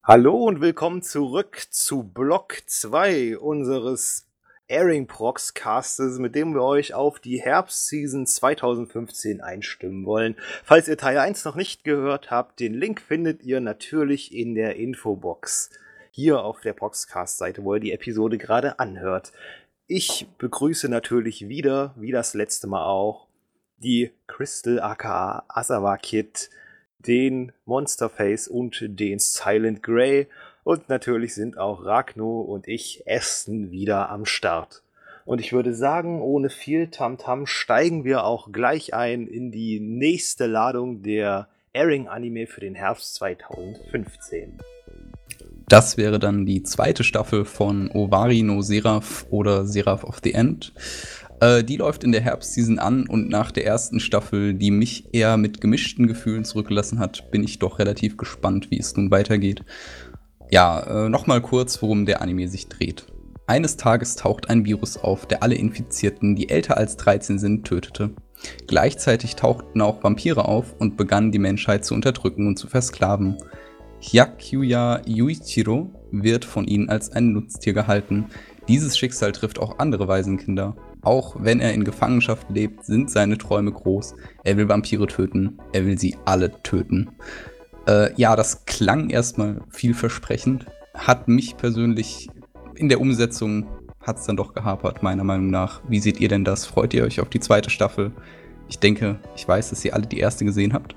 Hallo und willkommen zurück zu Block 2 unseres Airing Proxcastes, mit dem wir euch auf die Herbstseason 2015 einstimmen wollen. Falls ihr Teil 1 noch nicht gehört habt, den Link findet ihr natürlich in der Infobox. Hier auf der Proxcast-Seite, wo ihr die Episode gerade anhört. Ich begrüße natürlich wieder, wie das letzte Mal auch, die Crystal aka Asawa Kid, den Monsterface und den Silent Grey. Und natürlich sind auch Ragno und ich, Aston, wieder am Start. Und ich würde sagen, ohne viel Tamtam steigen wir auch gleich ein in die nächste Ladung der Airing-Anime für den Herbst 2015. Das wäre dann die zweite Staffel von Owari no Seraph oder Seraph of the End. Die läuft in der Herbstseason an und nach der ersten Staffel, die mich eher mit gemischten Gefühlen zurückgelassen hat, bin ich doch relativ gespannt, wie es nun weitergeht. Ja, nochmal kurz, worum der Anime sich dreht. Eines Tages taucht ein Virus auf, der alle Infizierten, die älter als 13 sind, tötete. Gleichzeitig tauchten auch Vampire auf und begannen die Menschheit zu unterdrücken und zu versklaven. Hyakuya Yuichiro wird von ihnen als ein Nutztier gehalten. Dieses Schicksal trifft auch andere Waisenkinder. Auch wenn er in Gefangenschaft lebt, sind seine Träume groß. Er will Vampire töten, er will sie alle töten. Ja, das klang erstmal vielversprechend. Hat mich persönlich in der Umsetzung hat's dann doch gehapert, meiner Meinung nach. Wie seht ihr denn das? Freut ihr euch auf die zweite Staffel? Ich denke, ich weiß, dass ihr alle die erste gesehen habt.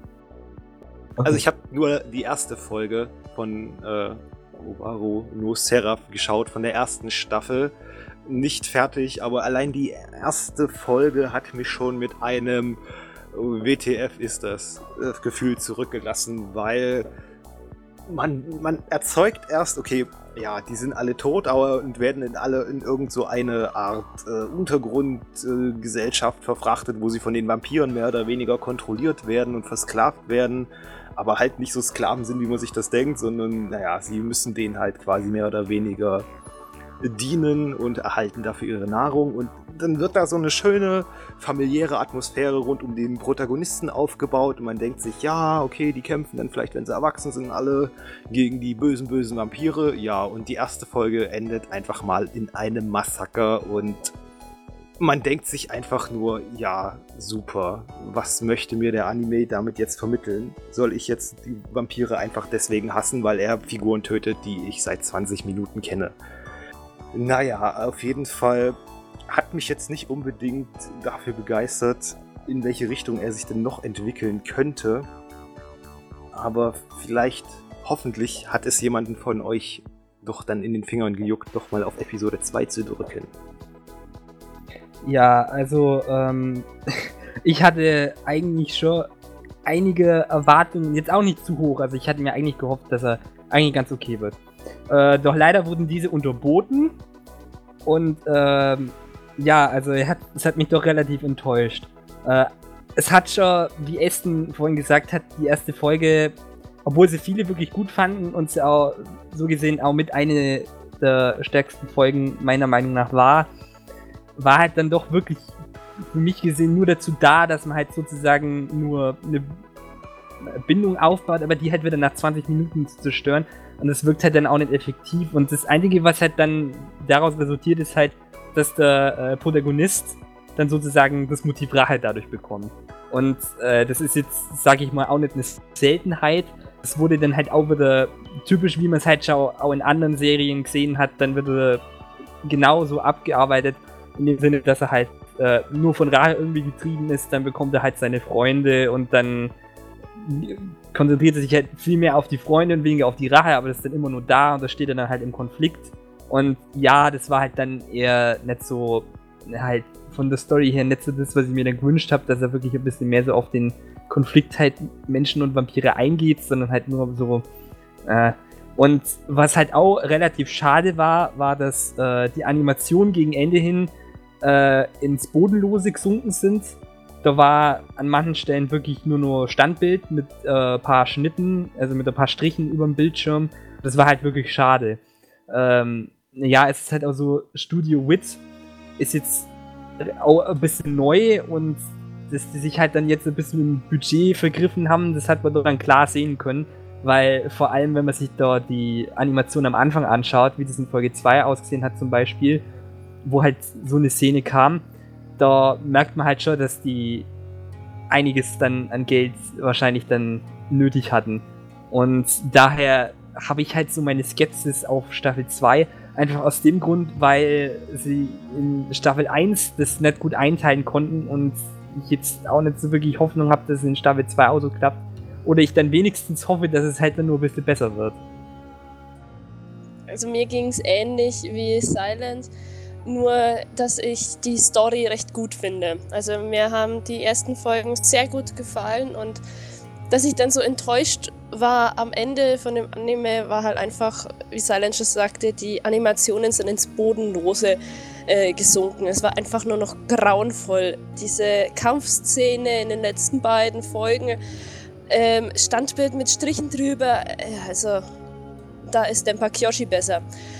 Also ich habe nur die erste Folge von Owari no Seraph geschaut, von der ersten Staffel. Nicht fertig, aber allein die erste Folge hat mich schon mit einem WTF ist das Gefühl zurückgelassen, weil man erzeugt erst, okay, ja, die sind alle tot, und werden alle in irgend so eine Art Untergrundgesellschaft verfrachtet, wo sie von den Vampiren mehr oder weniger kontrolliert werden und versklavt werden, aber halt nicht so Sklaven sind, wie man sich das denkt, sondern, naja, sie müssen denen halt quasi mehr oder weniger dienen und erhalten dafür ihre Nahrung, und dann wird da so eine schöne familiäre Atmosphäre rund um den Protagonisten aufgebaut und man denkt sich, ja, okay, die kämpfen dann vielleicht, wenn sie erwachsen sind, alle gegen die bösen Vampire, ja, und die erste Folge endet einfach mal in einem Massaker und man denkt sich einfach nur, ja, super, was möchte mir der Anime damit jetzt vermitteln? Soll ich jetzt die Vampire einfach deswegen hassen, weil er Figuren tötet, die ich seit 20 Minuten kenne? Naja, auf jeden Fall hat mich jetzt nicht unbedingt dafür begeistert, in welche Richtung er sich denn noch entwickeln könnte. Aber vielleicht, hoffentlich, hat es jemanden von euch doch dann in den Fingern gejuckt, doch mal auf Episode 2 zu drücken. Ja, also ich hatte eigentlich schon einige Erwartungen, jetzt auch nicht zu hoch, also ich hatte mir eigentlich gehofft, dass er eigentlich ganz okay wird. Doch leider wurden diese unterboten und ja, also es hat mich doch relativ enttäuscht. Es hat schon, wie Aston vorhin gesagt hat, die erste Folge, obwohl sie viele wirklich gut fanden und sie auch so gesehen auch mit einer der stärksten Folgen meiner Meinung nach war halt dann doch wirklich für mich gesehen nur dazu da, dass man halt sozusagen nur eine Bindung aufbaut, aber die halt wieder nach 20 Minuten zu zerstören. Und das wirkt halt dann auch nicht effektiv. Und das Einzige, was halt dann daraus resultiert, ist halt, dass der Protagonist dann sozusagen das Motiv Rache dadurch bekommt. Und das ist jetzt, sage ich mal, auch nicht eine Seltenheit. Das wurde dann halt auch wieder typisch, wie man es halt schon auch in anderen Serien gesehen hat, dann wird genauso abgearbeitet. In dem Sinne, dass er halt nur von Rache irgendwie getrieben ist, dann bekommt er halt seine Freunde und dann konzentriert er sich halt viel mehr auf die Freunde und weniger auf die Rache, aber das ist dann immer nur da und das steht dann halt im Konflikt. Und ja, das war halt dann eher nicht so, halt von der Story her nicht so das, was ich mir dann gewünscht habe, dass er wirklich ein bisschen mehr so auf den Konflikt halt Menschen und Vampire eingeht, sondern halt nur so. Und was halt auch relativ schade war, dass die Animationen gegen Ende hin ins Bodenlose gesunken sind. Da war an manchen Stellen wirklich nur Standbild mit ein paar Schnitten, also mit ein paar Strichen über dem Bildschirm. Das war halt wirklich schade. Ja, es ist halt auch so, Studio Wit ist jetzt auch ein bisschen neu und dass die sich halt dann jetzt ein bisschen im Budget vergriffen haben, das hat man doch dann klar sehen können. weil vor allem, wenn man sich dort die Animation am Anfang anschaut, wie das in Folge 2 ausgesehen hat zum Beispiel, wo halt so eine Szene kam, da merkt man halt schon, dass die einiges dann an Geld wahrscheinlich dann nötig hatten. Und daher habe ich halt so meine Skepsis auf Staffel 2, einfach aus dem Grund, weil sie in Staffel 1 das nicht gut einteilen konnten und ich jetzt auch nicht so wirklich Hoffnung habe, dass es in Staffel 2 auch so klappt. Oder ich dann wenigstens hoffe, dass es halt dann nur ein bisschen besser wird. Also mir ging es ähnlich wie Silent, nur dass ich die Story recht gut finde. Also mir haben die ersten Folgen sehr gut gefallen und dass ich dann so enttäuscht war am Ende von dem Anime, war halt einfach, wie Silent schon sagte, die Animationen sind ins Bodenlose gesunken. Es war einfach nur noch grauenvoll. Diese Kampfszene in den letzten beiden Folgen, Standbild mit Strichen drüber, also da ist Denpa Kyoshi besser.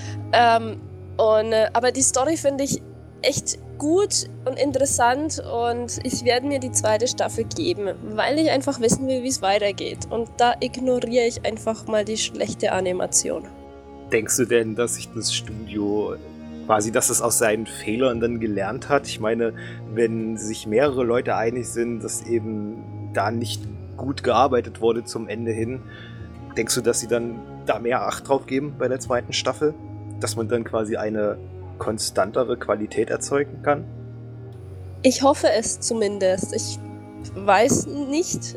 Aber die Story finde ich echt gut und interessant und ich werde mir die zweite Staffel geben, weil ich einfach wissen will, wie es weitergeht. Und da ignoriere ich einfach mal die schlechte Animation. Denkst du denn, dass sich das Studio quasi, dass es aus seinen Fehlern dann gelernt hat? Ich meine, wenn sich mehrere Leute einig sind, dass eben da nicht gut gearbeitet wurde zum Ende hin, denkst du, dass sie dann da mehr Acht drauf geben bei der zweiten Staffel? Dass man dann quasi eine konstantere Qualität erzeugen kann? Ich hoffe es zumindest. Ich weiß nicht,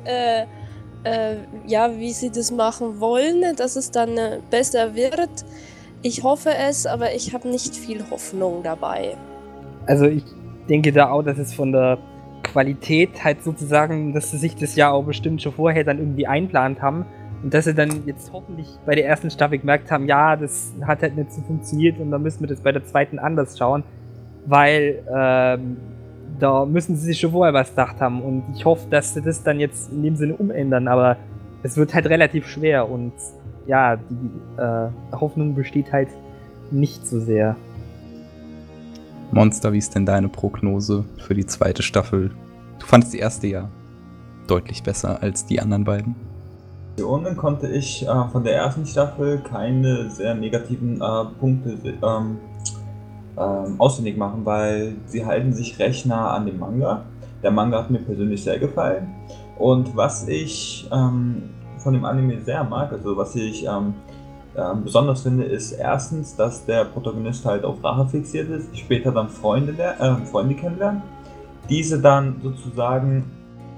wie sie das machen wollen, dass es dann besser wird. Ich hoffe es, aber ich habe nicht viel Hoffnung dabei. Also ich denke da auch, dass es von der Qualität halt sozusagen, dass sie sich das ja auch bestimmt schon vorher dann irgendwie einplant haben und dass sie dann jetzt hoffentlich bei der ersten Staffel gemerkt haben, ja, das hat halt nicht so funktioniert und dann müssen wir das bei der zweiten anders schauen, weil da müssen sie sich schon vorher was gedacht haben und ich hoffe, dass sie das dann jetzt in dem Sinne umändern, aber es wird halt relativ schwer und ja, die Hoffnung besteht halt nicht so sehr. Monster, wie ist denn deine Prognose für die zweite Staffel? Du fandest die erste ja deutlich besser als die anderen beiden. Konnte ich von der ersten Staffel keine sehr negativen Punkte ausfindig machen, weil sie halten sich recht nah an dem Manga. Der Manga hat mir persönlich sehr gefallen. Und was ich von dem Anime sehr mag, also was ich besonders finde, ist erstens, dass der Protagonist halt auf Rache fixiert ist, später dann Freunde kennenlernt, diese dann sozusagen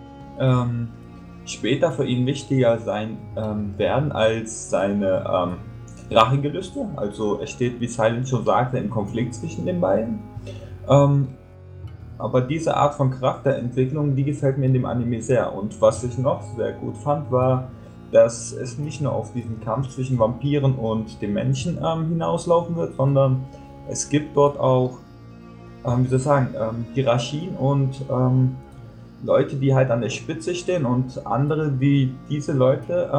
später für ihn wichtiger sein werden als seine Rachegelüste. Also es steht, wie Silent schon sagte, im Konflikt zwischen den beiden. Aber diese Art von Charakterentwicklung, die gefällt mir in dem Anime sehr. Und was ich noch sehr gut fand, war, dass es nicht nur auf diesen Kampf zwischen Vampiren und den Menschen hinauslaufen wird, sondern es gibt dort auch, Hierarchien und Leute, die halt an der Spitze stehen und andere, die diese Leute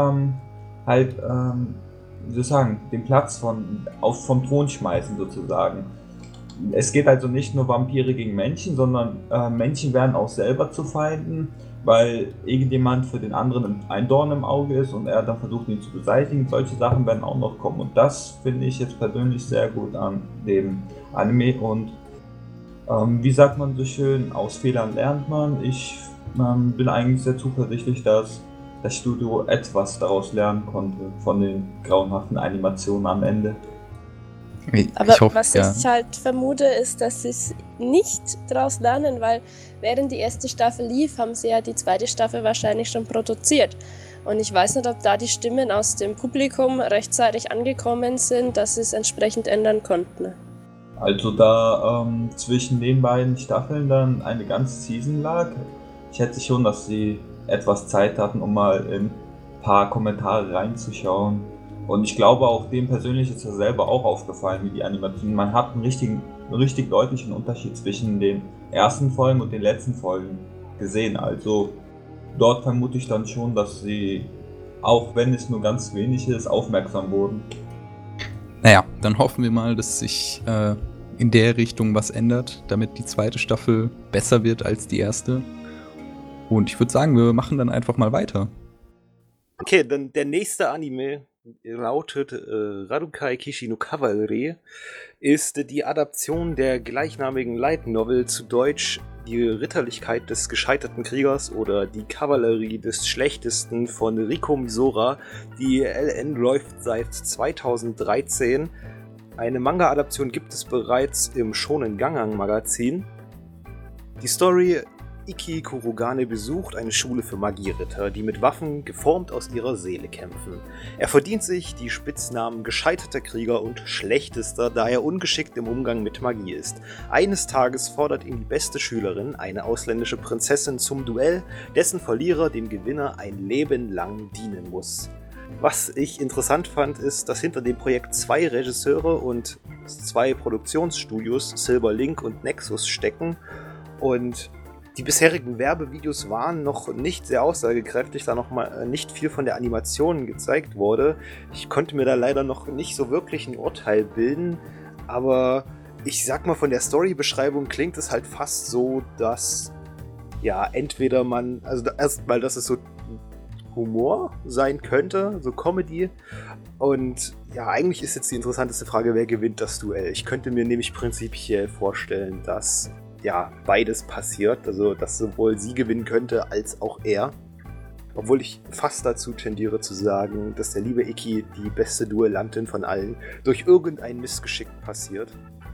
den Platz vom Thron schmeißen sozusagen. Es geht also nicht nur Vampire gegen Menschen, sondern Menschen werden auch selber zu Feinden, weil irgendjemand für den anderen ein Dorn im Auge ist und er dann versucht, ihn zu beseitigen. Solche Sachen werden auch noch kommen und das finde ich jetzt persönlich sehr gut an dem Anime und wie sagt man so schön, aus Fehlern lernt man. Ich bin eigentlich sehr zuversichtlich, dass das Studio etwas daraus lernen konnte von den grauenhaften Animationen am Ende. Aber ich halt vermute, ist, dass sie es nicht daraus lernen, weil während die erste Staffel lief, haben sie ja die zweite Staffel wahrscheinlich schon produziert. Und ich weiß nicht, ob da die Stimmen aus dem Publikum rechtzeitig angekommen sind, dass sie es entsprechend ändern konnten. Also da zwischen den beiden Staffeln dann eine ganze Season lag, ich schätze schon, dass sie etwas Zeit hatten, um mal in ein paar Kommentare reinzuschauen. Und ich glaube, auch dem persönlich ist ja selber auch aufgefallen, wie die Animation. Man hat einen richtig deutlichen Unterschied zwischen den ersten Folgen und den letzten Folgen gesehen. Also dort vermute ich dann schon, dass sie, auch wenn es nur ganz wenig ist, aufmerksam wurden. Naja, dann hoffen wir mal, dass sich in der Richtung was ändert, damit die zweite Staffel besser wird als die erste. Und ich würde sagen, wir machen dann einfach mal weiter. Okay, dann der nächste Anime lautet Rarukai Kishi no Cavalry, ist die Adaption der gleichnamigen Light Novel, zu Deutsch Die Ritterlichkeit des gescheiterten Kriegers oder Die Kavallerie des Schlechtesten von Riko Misora. Die LN läuft seit 2013. Eine Manga-Adaption gibt es bereits im Shonen Gangang Magazin. Die Story: Ikki Kurogane besucht eine Schule für Magieritter, die mit Waffen geformt aus ihrer Seele kämpfen. Er verdient sich die Spitznamen gescheiterter Krieger und Schlechtester, da er ungeschickt im Umgang mit Magie ist. Eines Tages fordert ihn die beste Schülerin, eine ausländische Prinzessin, zum Duell, dessen Verlierer dem Gewinner ein Leben lang dienen muss. Was ich interessant fand, ist, dass hinter dem Projekt 2 Regisseure und 2 Produktionsstudios, Silver Link und Nexus, stecken, und die bisherigen Werbevideos waren noch nicht sehr aussagekräftig, da noch mal nicht viel von der Animation gezeigt wurde. Ich konnte mir da leider noch nicht so wirklich ein Urteil bilden, aber ich sag mal, von der Storybeschreibung klingt es halt fast so, dass ja entweder man, also erstmal, dass es so Humor sein könnte, so Comedy, und ja, eigentlich ist jetzt die interessanteste Frage, wer gewinnt das Duell. Ich könnte mir nämlich prinzipiell vorstellen, dass ja beides passiert, also dass sowohl sie gewinnen könnte, als auch er. Obwohl ich fast dazu tendiere zu sagen, dass der liebe Ikki, die beste Duellantin von allen, durch irgendein Missgeschick passiert.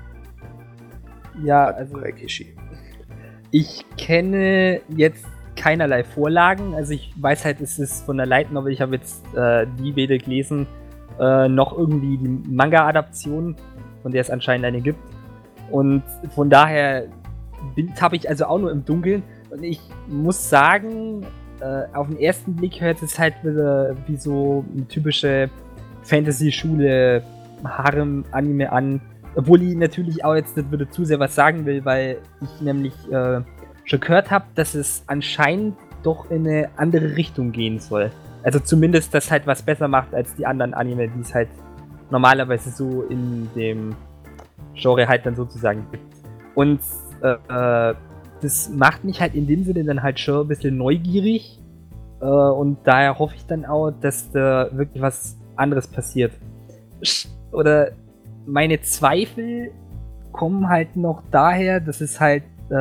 Ja, also Kishi. ich kenne jetzt keinerlei Vorlagen, also ich weiß halt, es ist von der Light Novel, ich habe jetzt die weder gelesen, noch irgendwie die Manga-Adaption, von der es anscheinend eine gibt. Und von daher habe ich also auch nur im Dunkeln. Und ich muss sagen, auf den ersten Blick hört es halt wieder wie so eine typische Fantasy-Schule Harem-Anime an. Obwohl ich natürlich auch jetzt nicht wieder zu sehr was sagen will, weil ich nämlich schon gehört habe, dass es anscheinend doch in eine andere Richtung gehen soll. Also zumindest das halt was besser macht als die anderen Anime, die es halt normalerweise so in dem Genre halt dann sozusagen gibt. Und das macht mich halt in dem Sinne dann halt schon ein bisschen neugierig. Und daher hoffe ich dann auch, dass da wirklich was anderes passiert. Oder meine Zweifel kommen halt noch daher, dass es halt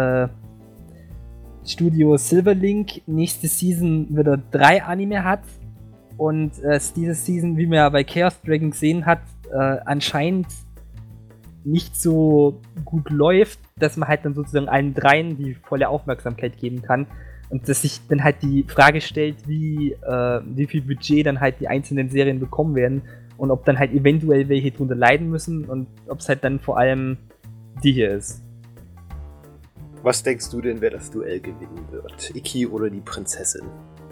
Studio Silverlink nächste Season wieder 3 Anime hat. Und diese Season, wie man ja bei Chaos Dragon gesehen hat, anscheinend nicht so gut läuft, dass man halt dann sozusagen allen 3 die volle Aufmerksamkeit geben kann. Und dass sich dann halt die Frage stellt, wie viel Budget dann halt die einzelnen Serien bekommen werden und ob dann halt eventuell welche drunter leiden müssen und ob es halt dann vor allem die hier ist. Was denkst du denn, wer das Duell gewinnen wird? Ikki oder die Prinzessin?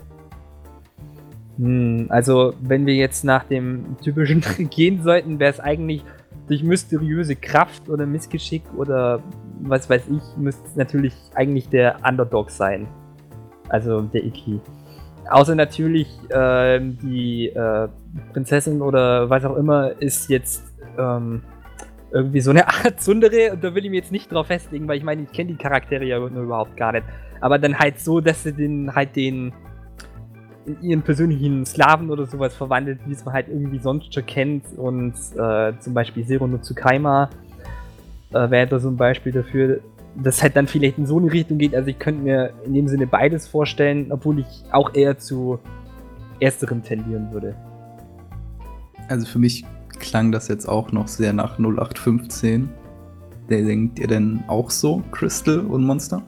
Also, wenn wir jetzt nach dem typischen gehen sollten, wäre es eigentlich durch mysteriöse Kraft oder Missgeschick oder was weiß ich, müsste es natürlich eigentlich der Underdog sein. Also der Ikki. Außer natürlich die Prinzessin oder was auch immer ist jetzt irgendwie so eine Art Tsundere, und da will ich mich jetzt nicht drauf festlegen, weil ich meine, ich kenne die Charaktere ja nur überhaupt gar nicht. Aber dann halt so, dass sie den in ihren persönlichen Sklaven oder sowas verwandelt, wie es man halt irgendwie sonst schon kennt. Und zum Beispiel Zero no Tsukaima wäre da so ein Beispiel dafür, dass halt dann vielleicht in so eine Richtung geht. Also ich könnte mir in dem Sinne beides vorstellen, obwohl ich auch eher zu ersterem tendieren würde. Also für mich klang das jetzt auch noch sehr nach 0815. Denkt ihr denn auch so, Crystal und Monster?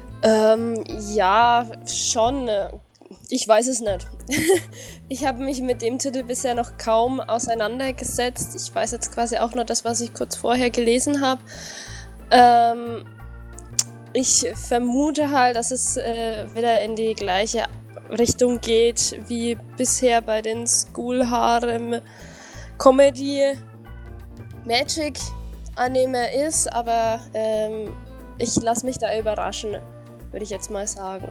Ja, schon. Ich weiß es nicht. Ich habe mich mit dem Titel bisher noch kaum auseinandergesetzt. Ich weiß jetzt quasi auch nur das, was ich kurz vorher gelesen habe. Ich vermute halt, dass es wieder in die gleiche Richtung geht wie bisher bei den School Harem Comedy Magic Anime ist, aber ich lasse mich da überraschen, würde ich jetzt mal sagen.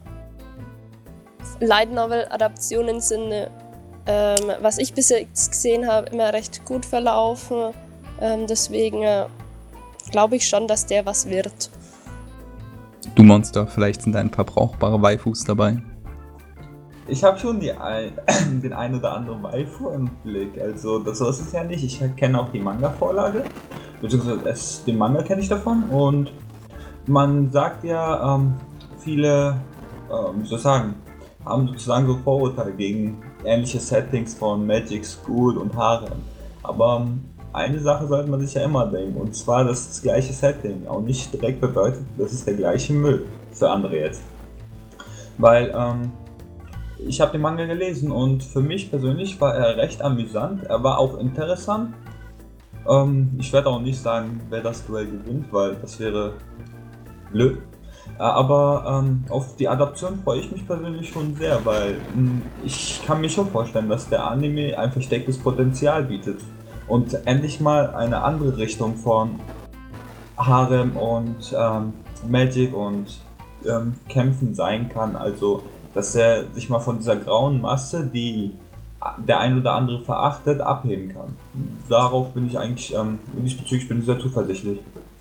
Light Novel Adaptionen sind, was ich bisher gesehen habe, immer recht gut verlaufen. Deswegen glaube ich schon, dass der was wird. Du Monster, vielleicht sind da ein paar brauchbare Waifus dabei. Ich habe schon den ein oder anderen Waifu im Blick. Also, das so ist es ja nicht. Ich kenne auch die Manga-Vorlage. Beziehungsweise den Manga kenne ich davon. Und man sagt ja, viele, wie soll ich sagen, haben sozusagen so Vorurteile gegen ähnliche Settings von Magic School und Harem. Aber eine Sache sollte man sich ja immer denken. Und zwar, dass das gleiche Setting auch nicht direkt bedeutet, das ist der gleiche Müll. Für andere jetzt. Weil, ich habe den Manga gelesen und für mich persönlich war er recht amüsant. Er war auch interessant. Ich werde auch nicht sagen, wer das Duell gewinnt, weil das wäre blöd. Aber auf die Adaption freue ich mich persönlich schon sehr, weil ich kann mir schon vorstellen, dass der Anime ein verstecktes Potenzial bietet und endlich mal eine andere Richtung von Harem und Magic und Kämpfen sein kann. Also, dass er sich mal von dieser grauen Masse, die der ein oder andere verachtet, abheben kann. Darauf bin ich eigentlich, diesbezüglich bin ich sehr zuversichtlich.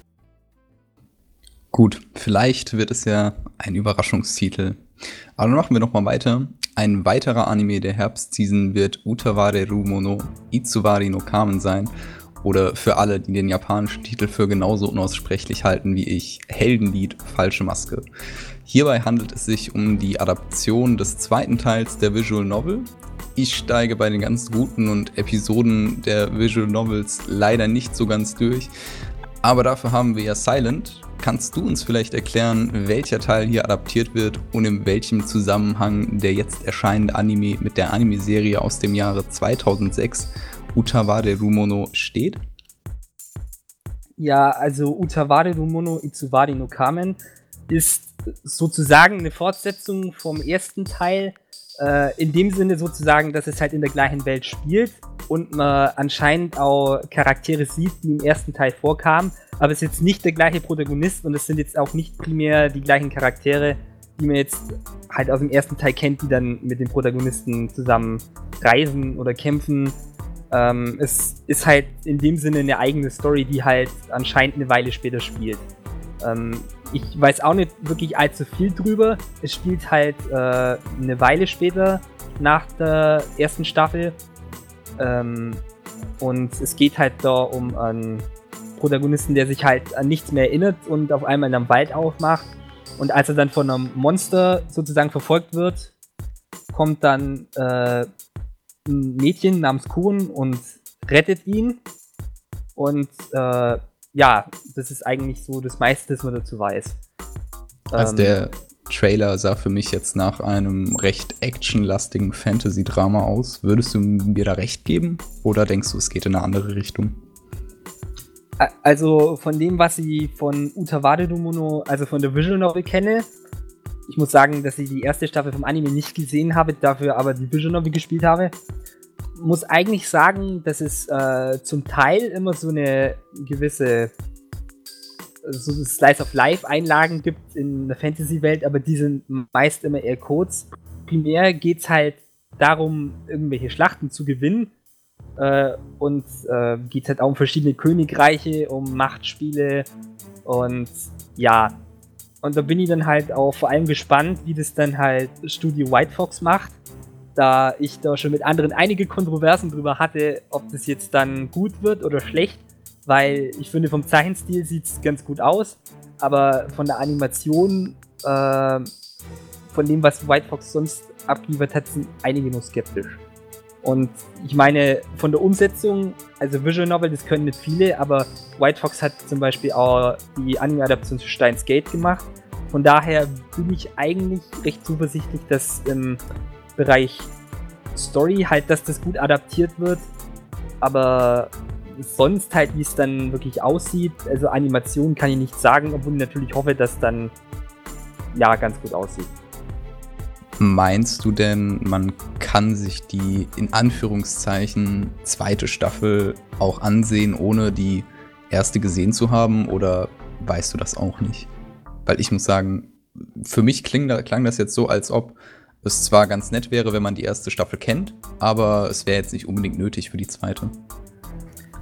Gut, vielleicht wird es ja ein Überraschungstitel. Aber dann machen wir nochmal weiter. Ein weiterer Anime der Herbstseason wird Utawareru no Itsuwari no Kamen sein. Oder für alle, die den japanischen Titel für genauso unaussprechlich halten wie ich, Heldenlied Falsche Maske. Hierbei handelt es sich um die Adaption des zweiten Teils der Visual Novel. Ich steige bei den ganz guten und Episoden der Visual Novels leider nicht so ganz durch. Aber dafür haben wir ja Silent. Kannst du uns vielleicht erklären, welcher Teil hier adaptiert wird und in welchem Zusammenhang der jetzt erscheinende Anime mit der Anime-Serie aus dem Jahre 2006 Utawareru no steht? Ja, also Utawareru no Itsuwari no Kamen ist sozusagen eine Fortsetzung vom ersten Teil, in dem Sinne sozusagen, dass es halt in der gleichen Welt spielt und man anscheinend auch Charaktere sieht, die im ersten Teil vorkamen, aber es ist jetzt nicht der gleiche Protagonist und es sind jetzt auch nicht primär die gleichen Charaktere, die man jetzt halt aus dem ersten Teil kennt, die dann mit den Protagonisten zusammen reisen oder kämpfen. Es ist halt in dem Sinne eine eigene Story, die halt anscheinend eine Weile später spielt. Ich weiß auch nicht wirklich allzu viel drüber. Es spielt halt eine Weile später nach der ersten Staffel. Und es geht halt da um einen Protagonisten, der sich halt an nichts mehr erinnert und auf einmal in einem Wald aufmacht. Und als er dann von einem Monster sozusagen verfolgt wird, kommt dann ein Mädchen namens Kun und rettet ihn. Und ja, das ist eigentlich so das meiste, das man dazu weiß. Also der Trailer sah für mich jetzt nach einem recht actionlastigen Fantasy-Drama aus. Würdest du mir da recht geben? Oder denkst du, es geht in eine andere Richtung? Also von dem, was ich von Utawareru no, also von der Visual Novel kenne, ich muss sagen, dass ich die erste Staffel vom Anime nicht gesehen habe, dafür aber die Visual Novel gespielt habe, muss eigentlich sagen, dass es zum Teil immer so eine gewisse so Slice-of-Life-Einlagen gibt in der Fantasy-Welt, aber die sind meist immer eher kurz. Primär geht es halt darum, irgendwelche Schlachten zu gewinnen und geht halt auch um verschiedene Königreiche, um Machtspiele und ja. Und da bin ich dann halt auch vor allem gespannt, wie das dann halt Studio White Fox macht, da ich da schon mit anderen einige Kontroversen drüber hatte, ob das jetzt dann gut wird oder schlecht, weil ich finde, vom Zeichenstil sieht es ganz gut aus, aber von der Animation, von dem, was White Fox sonst abgeliefert hat, sind einige nur skeptisch. Und ich meine, von der Umsetzung, also Visual Novel, das können nicht viele, aber White Fox hat zum Beispiel auch die Anime-Adaption zu Steins Gate gemacht. Von daher bin ich eigentlich recht zuversichtlich, dass im Bereich Story halt, dass das gut adaptiert wird. Aber sonst halt, wie es dann wirklich aussieht, also Animation kann ich nicht sagen, obwohl ich natürlich hoffe, dass dann ja ganz gut aussieht. Meinst du denn, man kann sich die in Anführungszeichen zweite Staffel auch ansehen, ohne die erste gesehen zu haben? Oder weißt du das auch nicht? Weil ich muss sagen, für mich klang das jetzt so, als ob es zwar ganz nett wäre, wenn man die erste Staffel kennt, aber es wäre jetzt nicht unbedingt nötig für die zweite.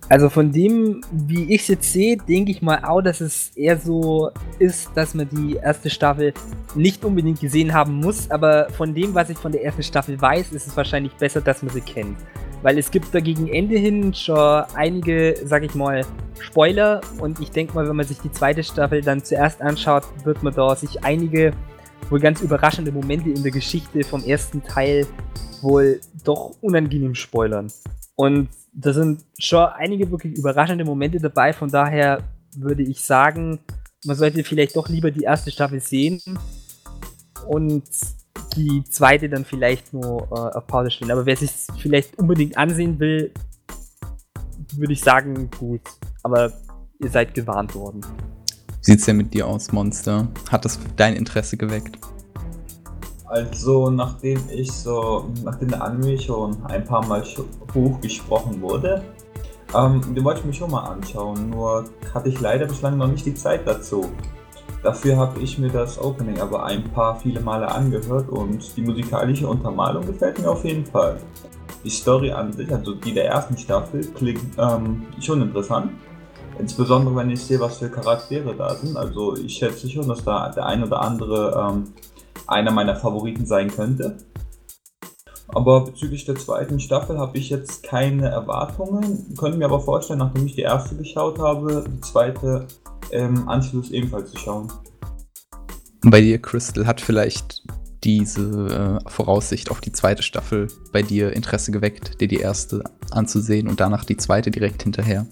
Also von dem, wie ich es jetzt sehe, denke ich mal auch, dass es eher so ist, dass man die erste Staffel nicht unbedingt gesehen haben muss, aber von dem, was ich von der ersten Staffel weiß, ist es wahrscheinlich besser, dass man sie kennt. Weil es gibt da gegen Ende hin schon einige, sag ich mal, Spoiler und ich denke mal, wenn man sich die zweite Staffel dann zuerst anschaut, wird man da sich einige wohl ganz überraschende Momente in der Geschichte vom ersten Teil wohl doch unangenehm spoilern. Und da sind schon einige wirklich überraschende Momente dabei, von daher würde ich sagen, man sollte vielleicht doch lieber die erste Staffel sehen und die zweite dann vielleicht nur auf Pause stellen. Aber wer sich vielleicht unbedingt ansehen will, würde ich sagen, gut. Aber ihr seid gewarnt worden. Wie sieht's denn mit dir aus, Monster? Hat das dein Interesse geweckt? Also, nachdem der Anime schon ein paar Mal hochgesprochen wurde, den wollte ich mir schon mal anschauen, nur hatte ich leider bislang noch nicht die Zeit dazu. Dafür habe ich mir das Opening aber viele Male angehört und die musikalische Untermalung gefällt mir auf jeden Fall. Die Story an sich, also die der ersten Staffel, klingt schon interessant. Insbesondere wenn ich sehe, was für Charaktere da sind. Also ich schätze schon, dass da der ein oder andere einer meiner Favoriten sein könnte. Aber bezüglich der zweiten Staffel habe ich jetzt keine Erwartungen, könnte mir aber vorstellen, nachdem ich die erste geschaut habe, die zweite im Anschluss ebenfalls zu schauen. Bei dir, Crystal, hat vielleicht diese Voraussicht auf die zweite Staffel bei dir Interesse geweckt, dir die erste anzusehen und danach die zweite direkt hinterher?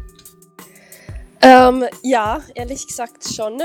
Ja, ehrlich gesagt schon.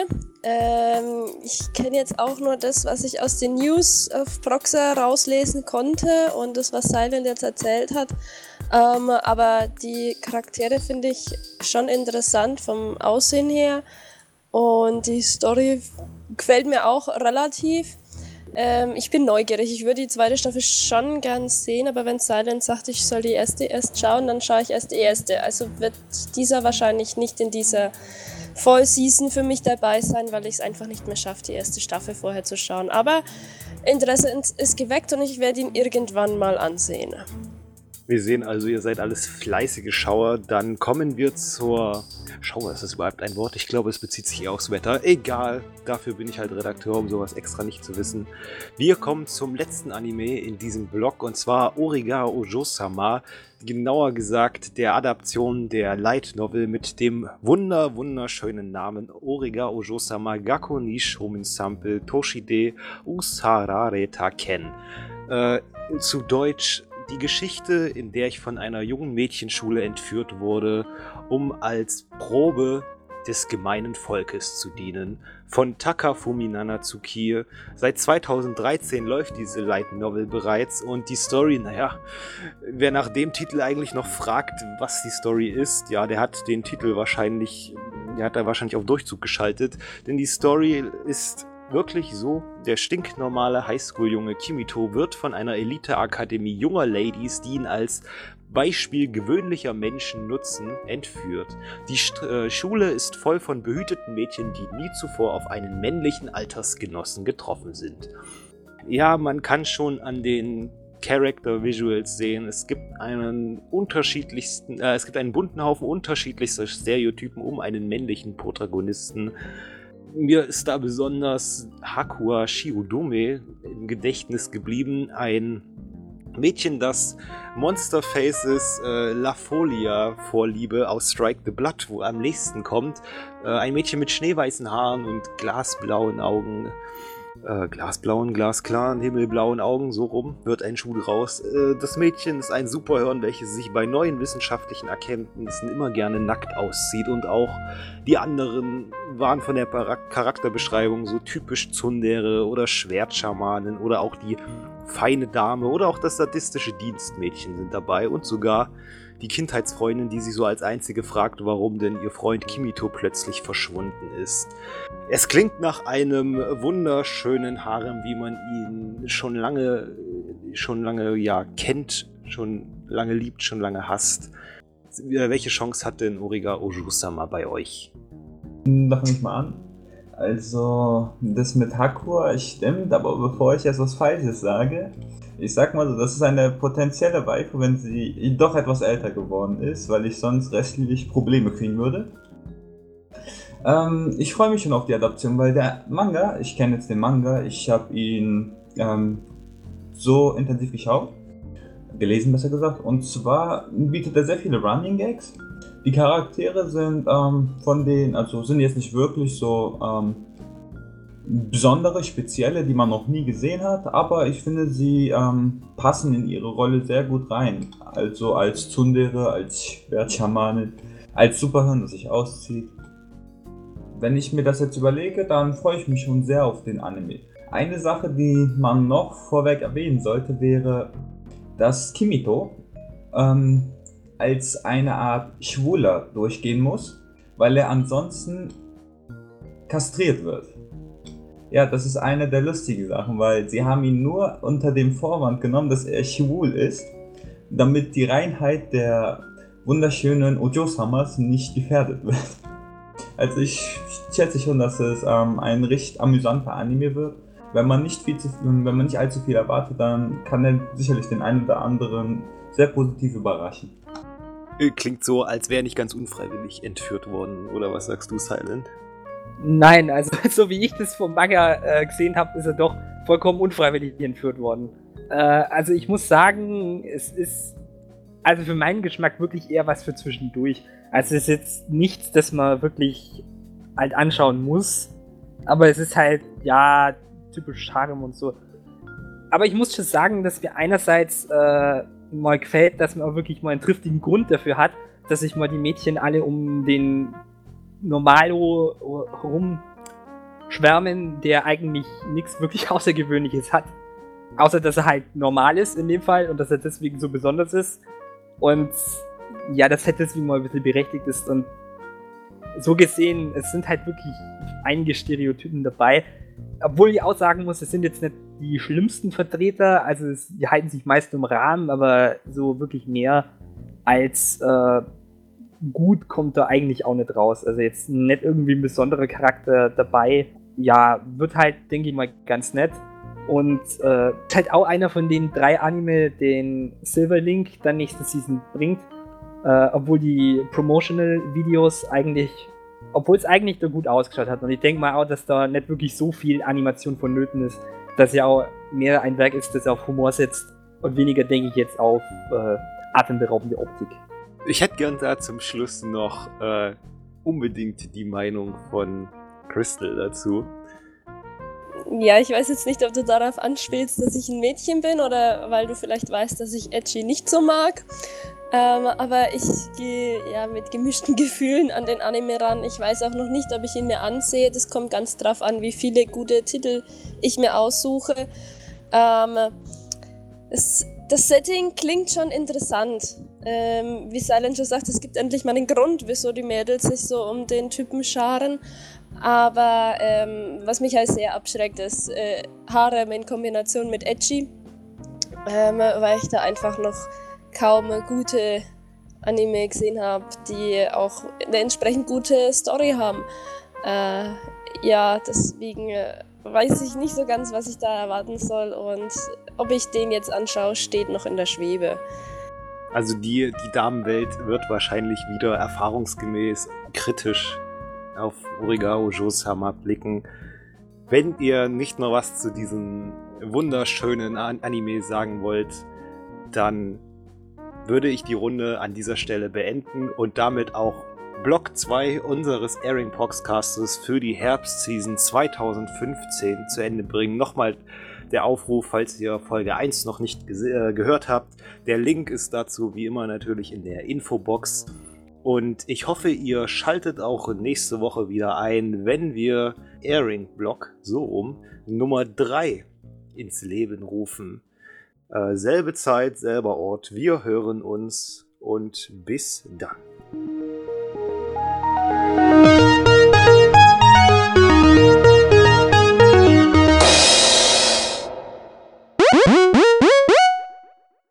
Ich kenne jetzt auch nur das, was ich aus den News auf Proxa rauslesen konnte und das, was Silent jetzt erzählt hat. Aber die Charaktere finde ich schon interessant vom Aussehen her und die Story gefällt mir auch relativ. Ich bin neugierig, ich würde die zweite Staffel schon gern sehen, aber wenn Silent sagt, ich soll die erste erst schauen, dann schaue ich erst die erste. Also wird dieser wahrscheinlich nicht in dieser Vollseason für mich dabei sein, weil ich es einfach nicht mehr schaffe, die erste Staffel vorher zu schauen. Aber Interesse ist geweckt und ich werde ihn irgendwann mal ansehen. Wir sehen also, ihr seid alles fleißige Schauer. Dann kommen wir zur... Schauer, ist das überhaupt ein Wort? Ich glaube, es bezieht sich eher aufs Wetter. Egal, dafür bin ich halt Redakteur, um sowas extra nicht zu wissen. Wir kommen zum letzten Anime in diesem Blog, und zwar Origa Ojo-sama. Genauer gesagt der Adaption der Light Novel mit dem wunderschönen Namen Origa Ojo-sama Gakko ni Shoumin Sample Toshide Usarare Taken. Zu Deutsch: die Geschichte, in der ich von einer jungen Mädchenschule entführt wurde, um als Probe des gemeinen Volkes zu dienen, von Takafumi Nanatsuki. Seit 2013 läuft diese Light Novel bereits und die Story, naja, wer nach dem Titel eigentlich noch fragt, was die Story ist, ja, der hat den Titel wahrscheinlich, auf Durchzug geschaltet, denn die Story ist wirklich so: der stinknormale Highschool-Junge Kimito wird von einer Elite-Akademie junger Ladies, die ihn als Beispiel gewöhnlicher Menschen nutzen, entführt. Die Schule ist voll von behüteten Mädchen, die nie zuvor auf einen männlichen Altersgenossen getroffen sind. Ja, man kann schon an den Character Visuals sehen, es gibt einen bunten Haufen unterschiedlichster Stereotypen um einen männlichen Protagonisten. Mir ist da besonders Hakua Shiodome im Gedächtnis geblieben, ein Mädchen, das Monster Faces La Folia Vorliebe aus Strike the Blood wo am nächsten kommt. Ein Mädchen mit schneeweißen Haaren und glasblauen Augen. Glasklaren, himmelblauen Augen, so rum wird ein Schuh draus. Das Mädchen ist ein Superhirn, welches sich bei neuen wissenschaftlichen Erkenntnissen immer gerne nackt auszieht, und auch die anderen waren von der Charakterbeschreibung so typisch Tsundere oder Schwertschamanen oder auch die feine Dame oder auch das sadistische Dienstmädchen sind dabei und sogar die Kindheitsfreundin, die sich so als einzige fragt, warum denn ihr Freund Kimito plötzlich verschwunden ist. Es klingt nach einem wunderschönen Harem, wie man ihn schon lange kennt, schon lange liebt, schon lange hasst. Welche Chance hat denn Origa Ojo-sama bei euch? Da fange ich mal an. Also, das mit Hakur stimmt, aber bevor ich jetzt was Falsches sage, ich sag mal so, das ist eine potenzielle Waifu, wenn sie doch etwas älter geworden ist, weil ich sonst restlich Probleme kriegen würde. Ich freue mich schon auf die Adaption, weil der Manga, ich kenne jetzt den Manga, ich habe ihn so intensiv gelesen besser gesagt, und zwar bietet er sehr viele Running Gags. Die Charaktere sind sind jetzt nicht wirklich so besondere, spezielle, die man noch nie gesehen hat, aber ich finde, sie passen in ihre Rolle sehr gut rein. Also als Tsundere, als Schwertschamanin, als Superhirn, das sich auszieht. Wenn ich mir das jetzt überlege, dann freue ich mich schon sehr auf den Anime. Eine Sache, die man noch vorweg erwähnen sollte, wäre, dass Kimito als eine Art Schwuler durchgehen muss, weil er ansonsten kastriert wird. Ja, das ist eine der lustigen Sachen, weil sie haben ihn nur unter dem Vorwand genommen, dass er schwul ist, damit die Reinheit der wunderschönen Ojo-Samas nicht gefährdet wird. Also ich schätze schon, dass es ein recht amüsanter Anime wird. Wenn man nicht allzu viel erwartet, dann kann er sicherlich den einen oder anderen sehr positiv überraschen. Klingt so, als wäre er nicht ganz unfreiwillig entführt worden, oder was sagst du, Silent? Nein, also so wie ich das vom Manga gesehen habe, ist er doch vollkommen unfreiwillig entführt worden. Also ich muss sagen, es ist also für meinen Geschmack wirklich eher was für zwischendurch. Also es ist jetzt nichts, das man wirklich halt anschauen muss, aber es ist halt, ja, typisch Harem und so. Aber ich muss schon sagen, dass mir einerseits mal gefällt, dass man auch wirklich mal einen triftigen Grund dafür hat, dass sich mal die Mädchen alle um den Normalo rumschwärmen, der eigentlich nichts wirklich Außergewöhnliches hat. Außer, dass er halt normal ist in dem Fall und dass er deswegen so besonders ist. Und ja, das halt deswegen mal ein bisschen berechtigt ist. Und so gesehen, es sind halt wirklich einige Stereotypen dabei. Obwohl ich auch sagen muss, es sind jetzt nicht die schlimmsten Vertreter. Also die halten sich meist im Rahmen, aber so wirklich mehr als gut kommt da eigentlich auch nicht raus. Also jetzt nicht irgendwie ein besonderer Charakter dabei. Ja, wird halt, denke ich mal, ganz nett. Und ist halt auch einer von den 3 Anime, den Silver Link dann nächste Season bringt. Obwohl die Promotional-Videos obwohl es eigentlich da gut ausgeschaut hat. Und ich denke mal auch, dass da nicht wirklich so viel Animation vonnöten ist, dass ja auch mehr ein Werk ist, das auf Humor setzt und weniger, denke ich, jetzt auf atemberaubende Optik. Ich hätte gern da zum Schluss noch unbedingt die Meinung von Crystal dazu. Ja, ich weiß jetzt nicht, ob du darauf anspielst, dass ich ein Mädchen bin oder weil du vielleicht weißt, dass ich Edgy nicht so mag. Aber ich gehe ja mit gemischten Gefühlen an den Anime ran. Ich weiß auch noch nicht, ob ich ihn mir ansehe. Das kommt ganz drauf an, wie viele gute Titel ich mir aussuche. Das Setting klingt schon interessant. Wie Silent schon sagt, es gibt endlich mal einen Grund, wieso die Mädels sich so um den Typen scharen. Aber was mich halt sehr abschreckt, ist Harem in Kombination mit Edgy, weil ich da einfach noch kaum gute Anime gesehen habe, die auch eine entsprechend gute Story haben. Ja, deswegen weiß ich nicht so ganz, was ich da erwarten soll, und ob ich den jetzt anschaue, steht noch in der Schwebe. Also die Damenwelt wird wahrscheinlich wieder erfahrungsgemäß kritisch auf Origao Jo-sama blicken. Wenn ihr nicht nur was zu diesem wunderschönen Anime sagen wollt, dann würde ich die Runde an dieser Stelle beenden und damit auch Block 2 unseres Airing Podcastes für die Herbstseason 2015 zu Ende bringen. Nochmal der Aufruf, falls ihr Folge 1 noch nicht gehört habt. Der Link ist dazu wie immer natürlich in der Infobox. Und ich hoffe, ihr schaltet auch nächste Woche wieder ein, wenn wir Airing Block Nummer 3 ins Leben rufen. Selbe Zeit, selber Ort. Wir hören uns und bis dann.